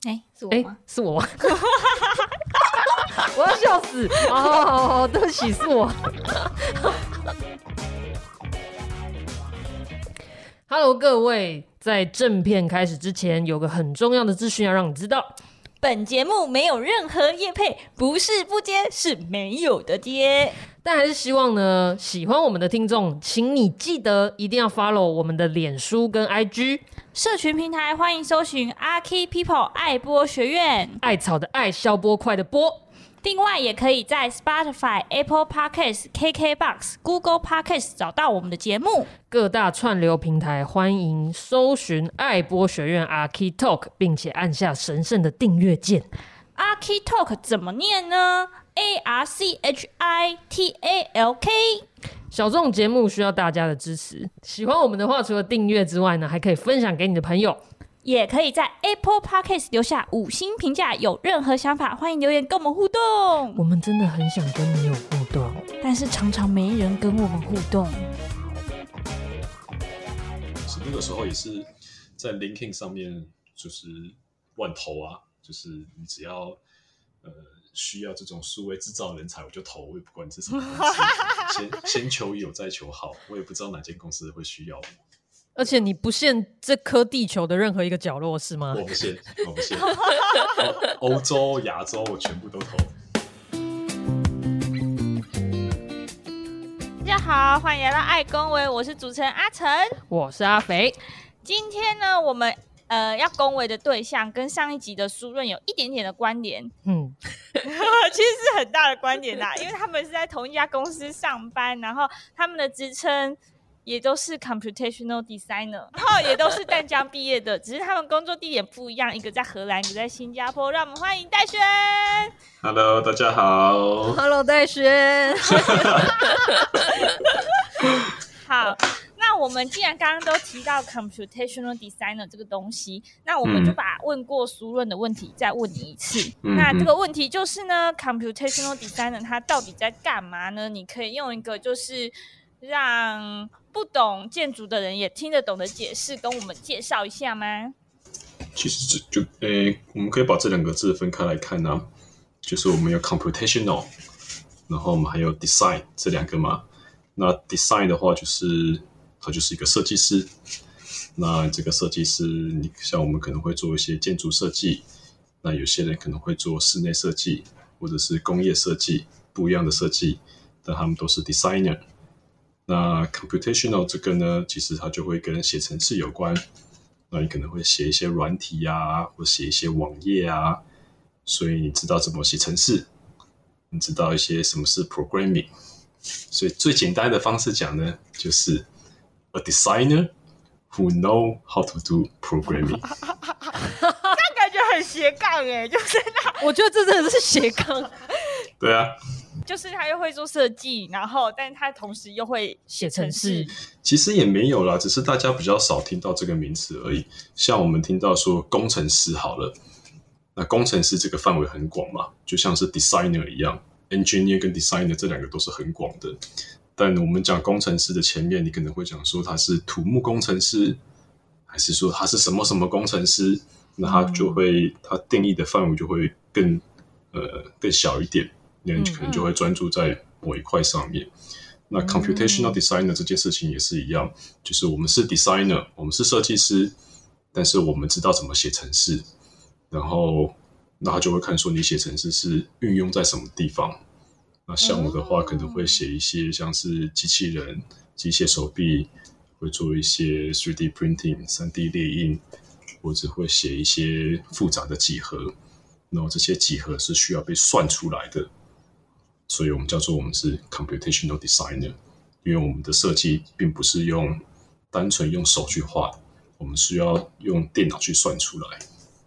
是我吗？ 是我吗？我要笑死！哦，对不起，是我。Hello， 各位，在正片开始之前，有个很重要的资讯要让你知道。 本节目没有任何业配，不是不接，是没有的接。 但还是希望呢，喜欢我们的听众，请你记得一定要 follow 我们的脸书跟 IG 社群平台，欢迎搜寻 Archi People 爱播学院， 艾草的艾，消波快的波。 另外也可以在 Spotify、Apple Podcasts、KKBox、Google Podcasts 找到我们的节目。 各大串流平台欢迎搜寻爱播学院 Archi Talk， 并且按下神圣的订阅键。 Archi Talk 怎么念呢？ARCHITALK。 小众节目需要大家的支持，喜欢我们的话，除了订阅之外呢，还可以分享给你的朋友， 也可以在 Apple Podcast 留下5星评价。有任何想法，欢迎留言跟我们互动。 我们真的很想跟你有互动， 但是常常没人跟我们互动。 那个时候也是在 LinkedIn 上面就是乱投啊，就是你只要需要这种数位制造人才，我就投，我也不管这是什么公司，先求有再求好，我也不知道哪间公司会需要我。 而且你不限这颗地球的任何一个角落是吗？ 我不限，欧洲、亚洲我全部都投。 大家好，欢迎来到爱恭维，我是主持人阿成， 我是阿肥。 今天呢，我们要恭维的对象跟上一集的书润有一点点的关联，其实是很大的关联啦，因为他们是在同一家公司上班，然后他们的职称也都是 computational designer， 然后也都是淡江毕业的，只是他们工作地点不一样，一个在荷兰，一个在新加坡。让我们欢迎戴轩。 Hello， 大家好。 Hello， 戴轩。 好，那我们既然刚刚都提到 computational designer 这个东西，那我们就把问过苏润的问题再问你一次。那这个问题就是呢 computational designer 它到底在干嘛呢？你可以用一个就是让不懂建筑的人也听得懂的解释跟我们介绍一下吗？ 其实我们可以把这两个字分开来看啊，就是我们有 computational， 然后我们还有 design 这两个嘛。那 design 的话它就是一个设计师，那这个设计师你像我们可能会做一些建筑设计，那有些人可能会做室内设计或者是工业设计，不一样的设计，但他们都是 designer。那 computational 这个呢，其实它就会跟写程式有关，那你可能会写一些软体啊，或写一些网页啊，所以你知道怎么写程式，你知道一些什么是 programming， 所以最简单的方式讲呢，就是 a designer who know how to do programming。 那感觉很斜杠耶，就是我觉得这真的是斜杠。 对啊， 就是他又会做设计，然后但他同时又会写程式。 其实也没有啦，只是大家比较少听到这个名词而已。像我们听到说工程师好了，那工程师这个范围很广嘛，就像是 designer 一样， engineer 跟 designer 这两个都是很广的。但我们讲工程师的前面，你可能会讲说他是土木工程师，还是说他是什么什么工程师，那他就会他定义的范围就会更小一点，你可能就会专注在某一块上面。那 computational designer 这件事情也是一样，就是我们是 designer， 我们是设计师，但是我们知道怎么写程式，然后那他就会看说你写程式是运用在什么地方。那像我的话，可能会写一些像是机器人、机械手臂，会做一些 3D printing 3D 列印，或者会写一些复杂的几何，然后这些几何是需要被算出来的，所以我们叫做我们是 computational designer， 因为我们的设计并不是单纯用手去画，我们需要用电脑去算出来。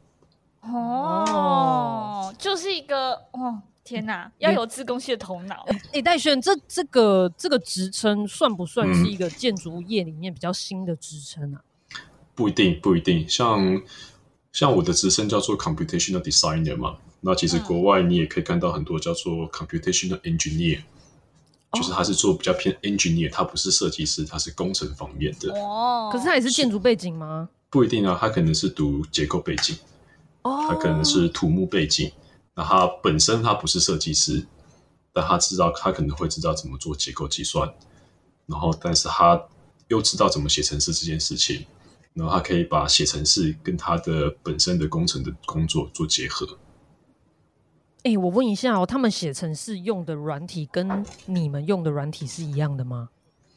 就是一个天哪，要有自贡系的头脑。 戴轩，这个职称算不算是一个建筑业里面比较新的职称啊？ 不一定，像我的职称叫做 computational designer 嘛，那其实国外你也可以看到很多叫做 computational engineer，就是他是做比较偏 engineer， 他不是设计师，他是工程方面的。 可是他也是建筑背景吗？ 不一定啊，他可能是读结构背景。 他可能是土木背景，那他本身他不是设计师，但他可能会知道怎么做结构计算，然后但是他又知道怎么写程式这件事情，然后他可以把写程式跟他的本身的工程的工作做结合。 我问一下他们写程式用的软体跟你们用的软体是一样的吗？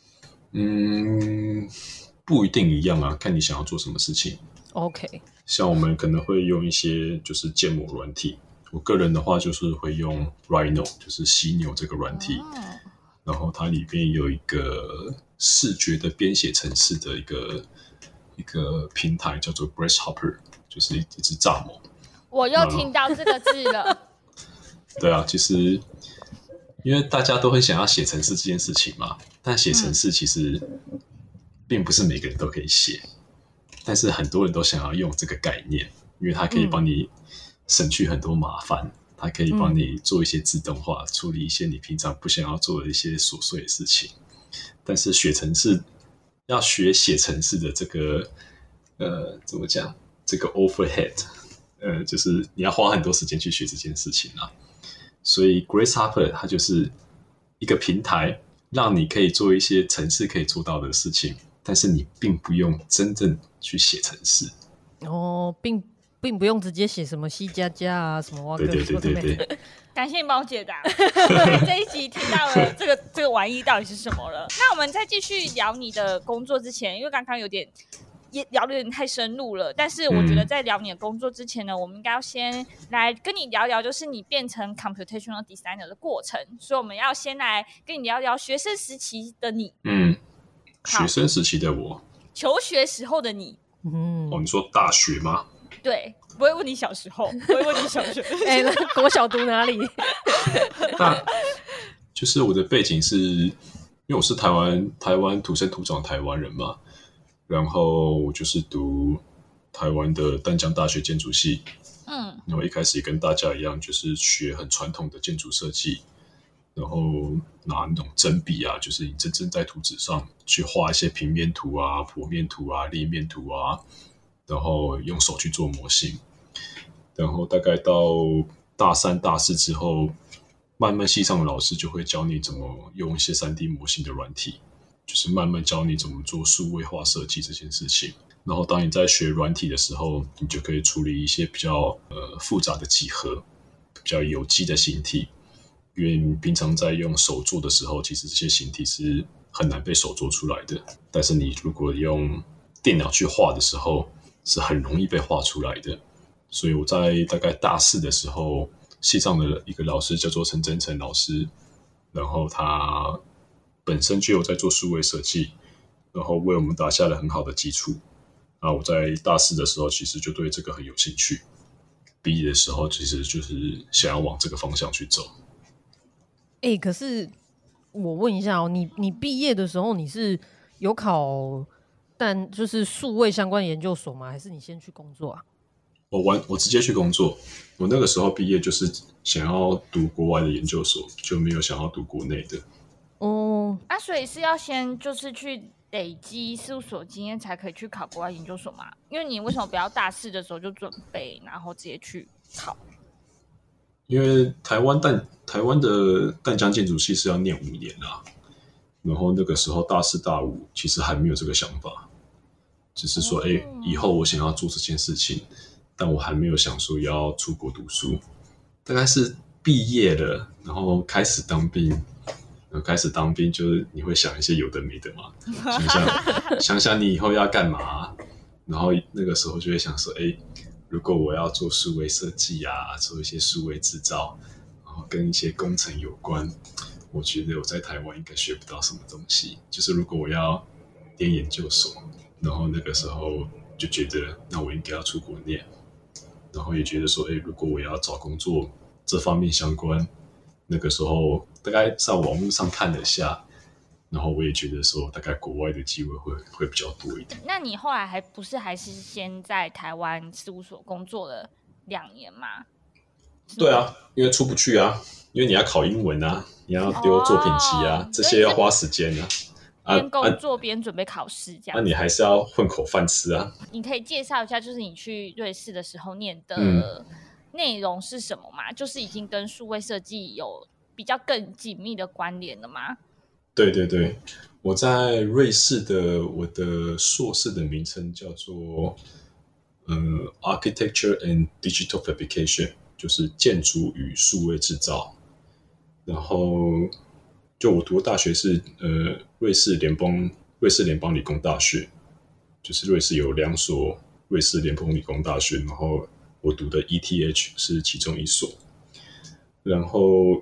不一定一样啊，看你想要做什么事情。 OK， 像我们可能会用一些就是建模软体，我个人的话就是会用 Rhino， 就是犀牛这个软体，然后它里面有一个视觉的编写程式的一个平台叫做 Grasshopper， 就是一只蚱蜢。 我又听到这个字了。 对啊，其实因为大家都很想要写程式这件事情嘛，但写程式其实并不是每个人都可以写，但是很多人都想要用这个概念，因为它可以帮你省去很多麻烦，它可以帮你做一些自动化，处理一些你平常不想要做的一些琐碎的事情。但是要学写程式的这个怎么讲？这个 overhead，就是你要花很多时间去学这件事情啊。所以 Grasshopper 它就是一个平台，让你可以做一些程式可以做到的事情，但是你并不用真正去写程式。 并不用直接写什么 C++ 啊什么。 对。 感谢你帮我解答。这一集听到了这个玩意到底是什么了。那我们再继续聊你的工作之前，因为刚刚也聊得有点太深入了，但是我觉得在聊你的工作之前呢，我们应该要先来跟你聊聊，就是你变成 computational designer 的过程。所以我们要先来跟你聊聊学生时期的你。 学生时期的我， 求学时候的你。 你说大学吗？ 对，不会问你小时候，不会问你小学。 国小读哪里？ 就是我的背景是，因为我是台湾土生土长的台湾人嘛，然后我就是读台湾的淡江大学建筑系，然后一开始也跟大家一样，就是学很传统的建筑设计，然后拿那种针笔啊，就是你真正在图纸上去画一些平面图啊、剖面图啊、立面图啊，然后用手去做模型，然后大概到大3、大4之后，慢慢系上的老师就会教你怎么用一些 3D 模型的软体，就是慢慢教你怎么做数位化设计这件事情。然后当你在学软体的时候，你就可以处理一些比较复杂的几何，比较有机的形体，因为你平常在用手做的时候，其实这些形体是很难被手做出来的，但是你如果用电脑去画的时候，是很容易被画出来的。所以我在大概大4的时候，系上的一个老师叫做陈真诚老师，然后他本身就有在做数位设计，然后为我们打下了很好的基础。那我在大4的时候，其实就对这个很有兴趣，毕业的时候其实就是想要往这个方向去走。 可是我问一下你毕业的时候你是有考但就是数位相关研究所吗？还是你先去工作啊？ 我直接去工作。我那个时候毕业就是想要读国外的研究所，就没有想要读国内的。 所以是要先就是去累积事务所经验才可以去考国外研究所嘛？因为你为什么不要大4的时候就准备，然后直接去考？ 因为台湾的淡江建筑系是要念5年啊，然后那个时候大4、大5其实还没有这个想法，只是说以后我想要做这件事情，但我还没有想说要出国读书。大概是毕业了，然后开始当兵，就是你会想一些有的没的嘛，想想你以后要干嘛，然后那个时候就会想说，如果我要做数位设计啊，做一些数位制造，然后跟一些工程有关，我觉得我在台湾应该学不到什么东西。就是如果我要念研究所，然后那个时候就觉得，那我应该要出国念，然后也觉得说，如果我要找工作这方面相关，那个时候大概在网络上看了一下，然后我也觉得说，大概国外的机会会比较多一点。 那你后来还是先在台湾事务所工作了2年吗？ 对啊，因为出不去啊，因为你要考英文啊，你要丢作品集啊，这些要花时间啊。 边工作边准备考试这样。 那你还是要混口饭吃啊。 你可以介绍一下，就是你去瑞士的时候念的内容是什么吗？就是已经跟数位设计有比较更紧密的关联了吗？ 对对对，我在瑞士我的硕士的名称叫做Architecture and Digital Fabrication， 就是建筑与数位制造。然后就我读的大学是瑞士联邦理工大学，就是瑞士有2所瑞士联邦理工大学，然后我读的 ETH 是其中一所。然后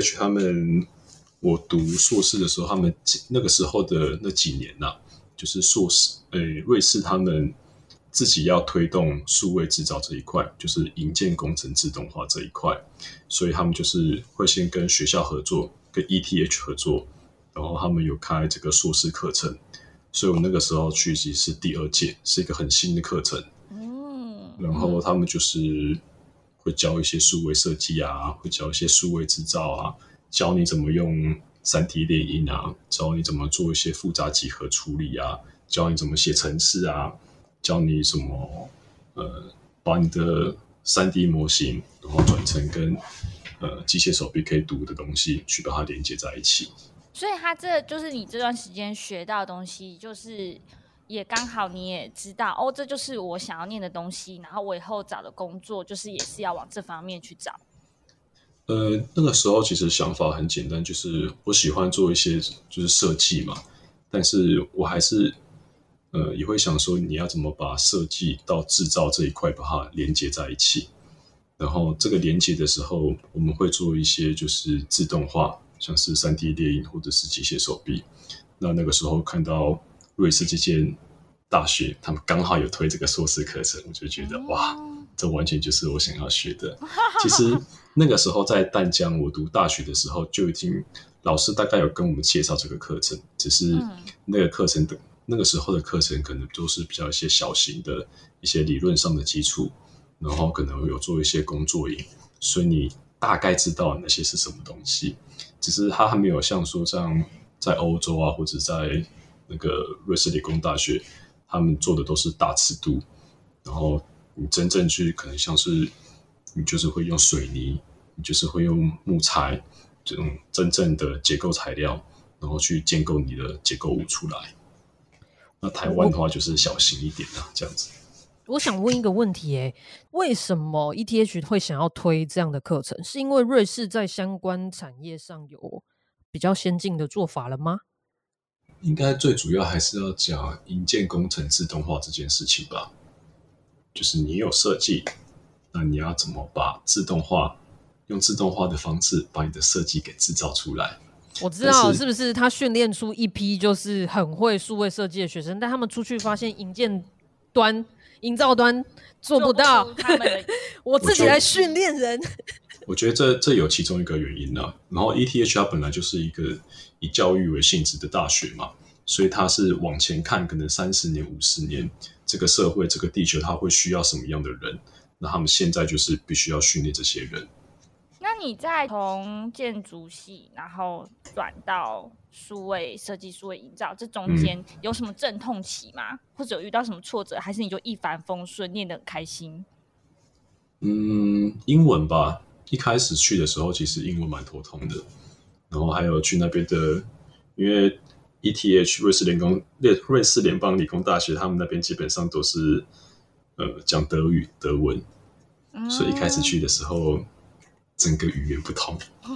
ETH 我读硕士的时候，他们那个时候的那几年就是瑞士他们自己要推动数位制造这一块，就是营建工程自动化这一块，所以他们就是会先跟学校合作，跟 ETH 合作，然后他们有开这个硕士课程，所以我那个时候去其实是第2届，是一个很新的课程。然后他们就是会教一些数位设计啊，会教一些数位制造啊，教你怎么用 3D 列印啊，教你怎么做一些复杂几何处理啊，教你怎么写程式啊，教你怎么把你的 3D 模型然后转成跟机械手臂可以读的东西，去把它连接在一起。 所以它这就是你这段时间学到的东西，就是也刚好你也知道这就是我想要念的东西，然后我以后找的工作就是也是要往这方面去找。 那个时候其实想法很简单，就是我喜欢做一些就是设计嘛，但是我还是也会想说你要怎么把设计到制造这一块把它连接在一起。然后这个连接的时候，我们会做一些就是自动化，像是 3D 列印或者是机械手臂。那个时候看到瑞士这间大学，他们刚好有推这个硕士课程，我就觉得哇，这完全就是我想要学的。其实那个时候在淡江，我读大学的时候就已经老师大概有跟我们介绍这个课程，只是那个时候的课程可能都是比较一些小型的一些理论上的基础，然后可能有做一些工作营，所以你大概知道那些是什么东西，只是它还没有像说像在欧洲啊，或者在那个瑞士理工大学，他们做的都是大尺度，然后你真正去可能像是你就是会用水泥，你就是会用木材这种真正的结构材料，然后去建构你的结构物出来。那台湾的话就是小型一点这样子。 我想问一个问题为什么 ETH 会想要推这样的课程？是因为瑞士在相关产业上有比较先进的做法了吗？ 应该最主要还是要讲营建工程自动化这件事情吧。就是你有设计，那你要怎么把用自动化的方式把你的设计给制造出来。 我知道是不是他训练出一批就是很会数位设计的学生，但他们出去发现营造端做不到，我自己来训练人。 我觉得这有其中一个原因然后 ETH 它本来就是一个以教育为性质的大学嘛，所以它是往前看，可能30年、50年，这个社会、这个地球它会需要什么样的人，那他们现在就是必须要训练这些人。 那你在从建筑系然后转到数位设计、数位营造，这中间有什么阵痛期吗？或者有遇到什么挫折，还是你就一帆风顺，念得很开心？ 英文吧，一开始去的时候其实英文蛮头痛的，然后还有去那边的，因为 ETH 瑞士联邦理工大学，他们那边基本上都是讲德文，所以一开始去的时我整个语言不通。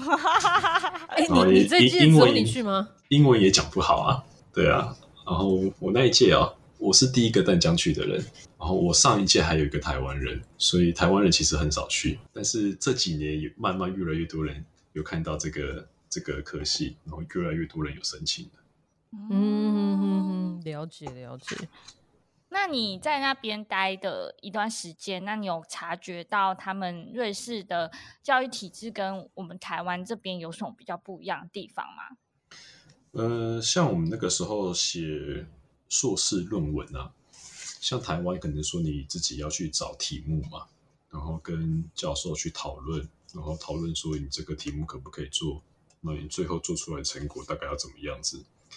你这一届只有你去吗？ 英文也讲不好啊，对啊。然后我那一届我是第一个淡江去的人，然后我上一届还有一个台湾人，所以台湾人其实很少去。但是这几年也慢慢越来越多人有看到这个科系，然后越来越多人有申请了。 了解。 那你在那边待的一段时间，那你有察觉到他们瑞士的教育体制跟我们台湾这边有什么比较不一样的地方吗？ 像我们那个时候写硕士论文像台湾可能说你自己要去找题目嘛，然后跟教授去讨论，然后讨论说你这个题目可不可以做，那你最后做出来的成果大概要怎么样子。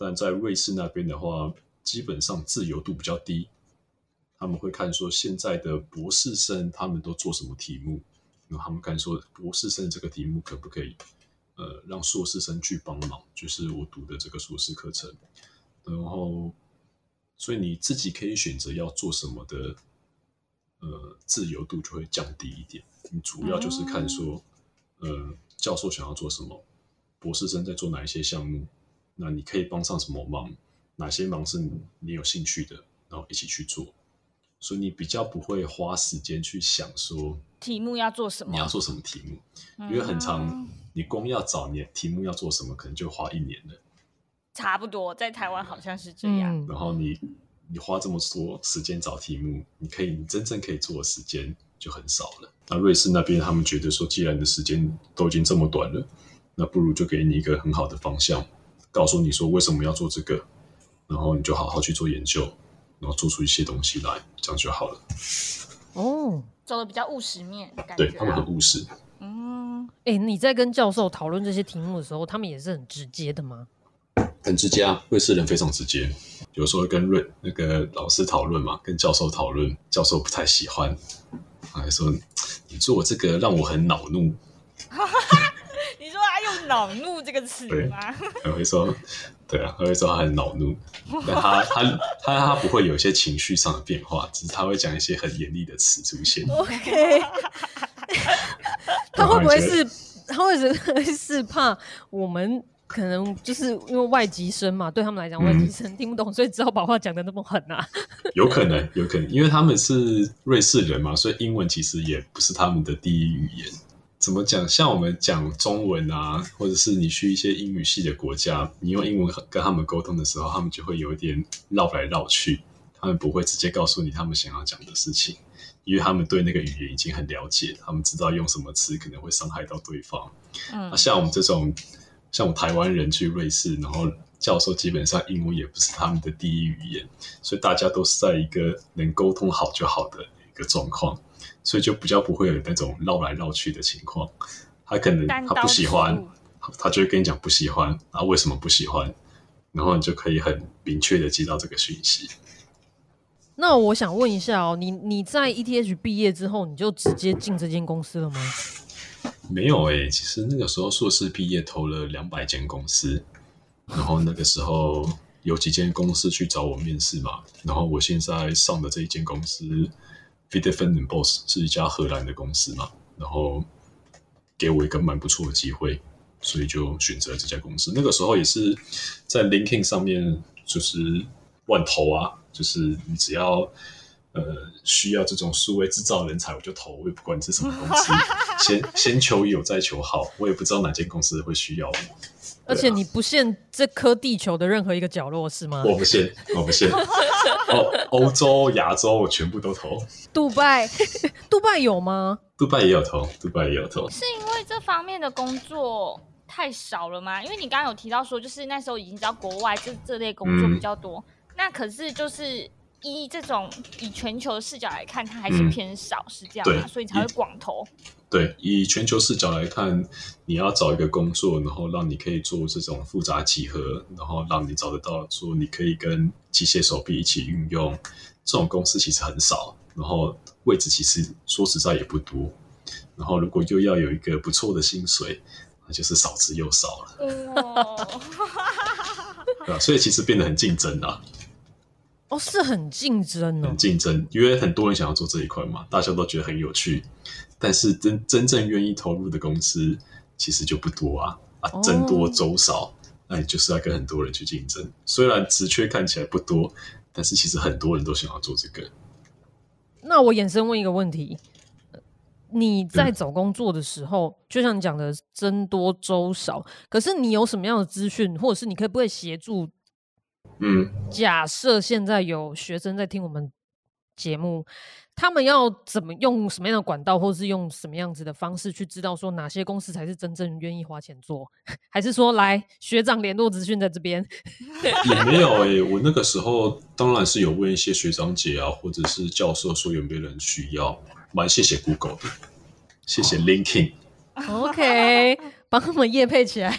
但在瑞士那边的话，基本上自由度比较低。他们会看说现在的博士生他们都做什么题目，然后他们看说博士生这个题目可不可以让硕士生去帮忙，就是我读的这个硕士课程。然后所以你自己可以选择要做什么的自由度就会降低一点。你主要就是看说教授想要做什么，博士生在做哪一些项目，那你可以帮上什么忙，哪些忙是你有兴趣的，然后一起去做。所以你比较不会花时间去想说题目要做什么， 你要做什么题目，因为很常你光要找你的题目要做什么，可能就花1年了。 差不多，在台湾好像是这样。 然后你花这么多时间找题目，你真正可以做的时间就很少了。那瑞士那边他们觉得说，既然你的时间都已经这么短了，那不如就给你一个很好的方向，告诉你说为什么要做这个，然后你就好好去做研究，然后做出一些东西来，这样就好了。 走的比较务实面，感觉对，他们很务实。 你在跟教授讨论这些题目的时候，他们也是很直接的吗？ 很直接啊，瑞士人非常直接。有时候跟那个老师讨论嘛，跟教授讨论，教授不太喜欢，还说你做我这个让我很恼怒。 你说他用恼怒这个词吗？ 他会说，对啊，他会说他很恼怒，但他不会有一些情绪上的变化，只是他会讲一些很严厉的词出现。 OK， 他会不会是怕我们？可能就是因为外籍生嘛，对他们来讲，外籍生听不懂，所以只好把话讲得那么狠啊。有可能，因为他们是瑞士人嘛，所以英文其实也不是他们的第一语言。怎么讲？像我们讲中文啊，或者是你去一些英语系的国家，你用英文跟他们沟通的时候，他们就会有一点绕来绕去，他们不会直接告诉你他们想要讲的事情，因为他们对那个语言已经很了解，他们知道用什么词可能会伤害到对方。那像我们这种。像我台湾人去瑞士，然后教授基本上英文也不是他们的第一语言，所以大家都是在一个能沟通好就好的一个状况，所以就比较不会有那种绕来绕去的情况。他可能他不喜欢，他就会跟你讲不喜欢，啊为什么不喜欢，然后你就可以很明确的接到这个讯息。 那我想问一下哦，你在 ETH 毕业之后，你就直接进这间公司了吗？ 没有其实那个时候硕士毕业投了200间公司，然后那个时候有几间公司去找我面试嘛，然后我现在上的这一间公司 Videfin & Boss 是一家荷兰的公司嘛，然后给我一个蛮不错的机会，所以就选择了这家公司。那个时候也是在 LinkedIn 上面就是乱投啊，就是你只要需要这种数位制造人才我就投，我也不管你是什么公司先求有再求好，我也不知道哪间公司会需要我。 而且你不限这颗地球的任何一个角落是吗？ 我不限欧洲亚洲我全部都投。 杜拜有吗？ 杜拜也有投。 是因为这方面的工作太少了吗？因为你刚刚有提到说就是那时候已经知道国外这类工作比较多，那可是就是以全球的视角来看，它还是偏少，是这样吗？所以才会广投。 对，以全球视角来看，你要找一个工作，然后让你可以做这种复杂几何，然后让你找得到说你可以跟机械手臂一起运用，这种公司其实很少，然后位置其实说实在也不多，然后如果又要有一个不错的薪水，那就是少之又少了。对吧？所以其实变得很竞争啊。 是很竞争很竞争，因为很多人想要做这一块嘛，大家都觉得很有趣，但是真正愿意投入的公司其实就不多啊，僧多粥少，那你就是要跟很多人去竞争。虽然职缺看起来不多，但是其实很多人都想要做这个。 那我衍生问一个问题，你在找工作的时候，就像你讲的僧多粥少，可是你有什么样的资讯，或者是你可不可以协助？假设现在有学生在听我们节目，他们要怎么用什么样的管道，或是用什么样子的方式去知道说哪些公司才是真正愿意花钱做，还是说来学长联络资讯在这边？ 也没有我那个时候当然是有问一些学长姐啊，或者是教授说有没有人需要，蛮谢谢 Google 的，谢谢 LinkedIn。 OK， 帮他们业配起来。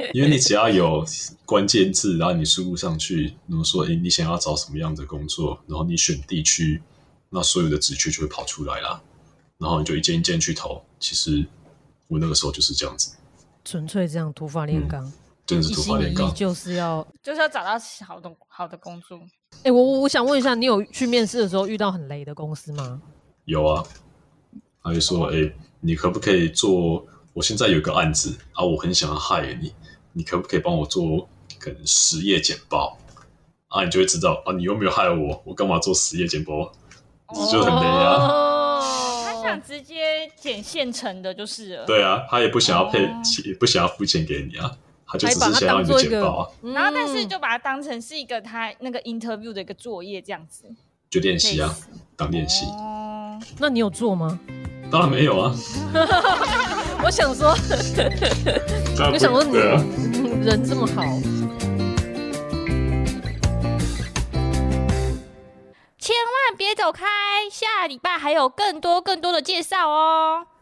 因为你只要有关键字，然后你输入上去，然后说你想要找什么样的工作，然后你选地区，那所有的职缺就会跑出来啦，然后你就一件一件去投。其实我那个时候就是这样子， 纯粹这样土法炼钢， 真的是土法炼钢， 就是要找到好的工作。 我想问一下，你有去面试的时候遇到很雷的公司吗？ 有啊，他就说你可不可以做？我现在有个案子啊，我很想要 hire 你，你可不可以帮我做可能10页简报啊？你就会知道啊，你又没有 hire我干嘛做10页简报？就很雷啊。 他想直接剪现成的，就是了。 对啊，他也不想要也不想要付钱给你啊，他就只是想要你的简报啊。 然后，但是就把它当成是一个他那个 interview 的一个作业这样子， 就练习啊，当练习。 那你有做吗？ 当然没有啊。 我想说，你人这么好， 千万别走开，下礼拜还有更多的介绍哦。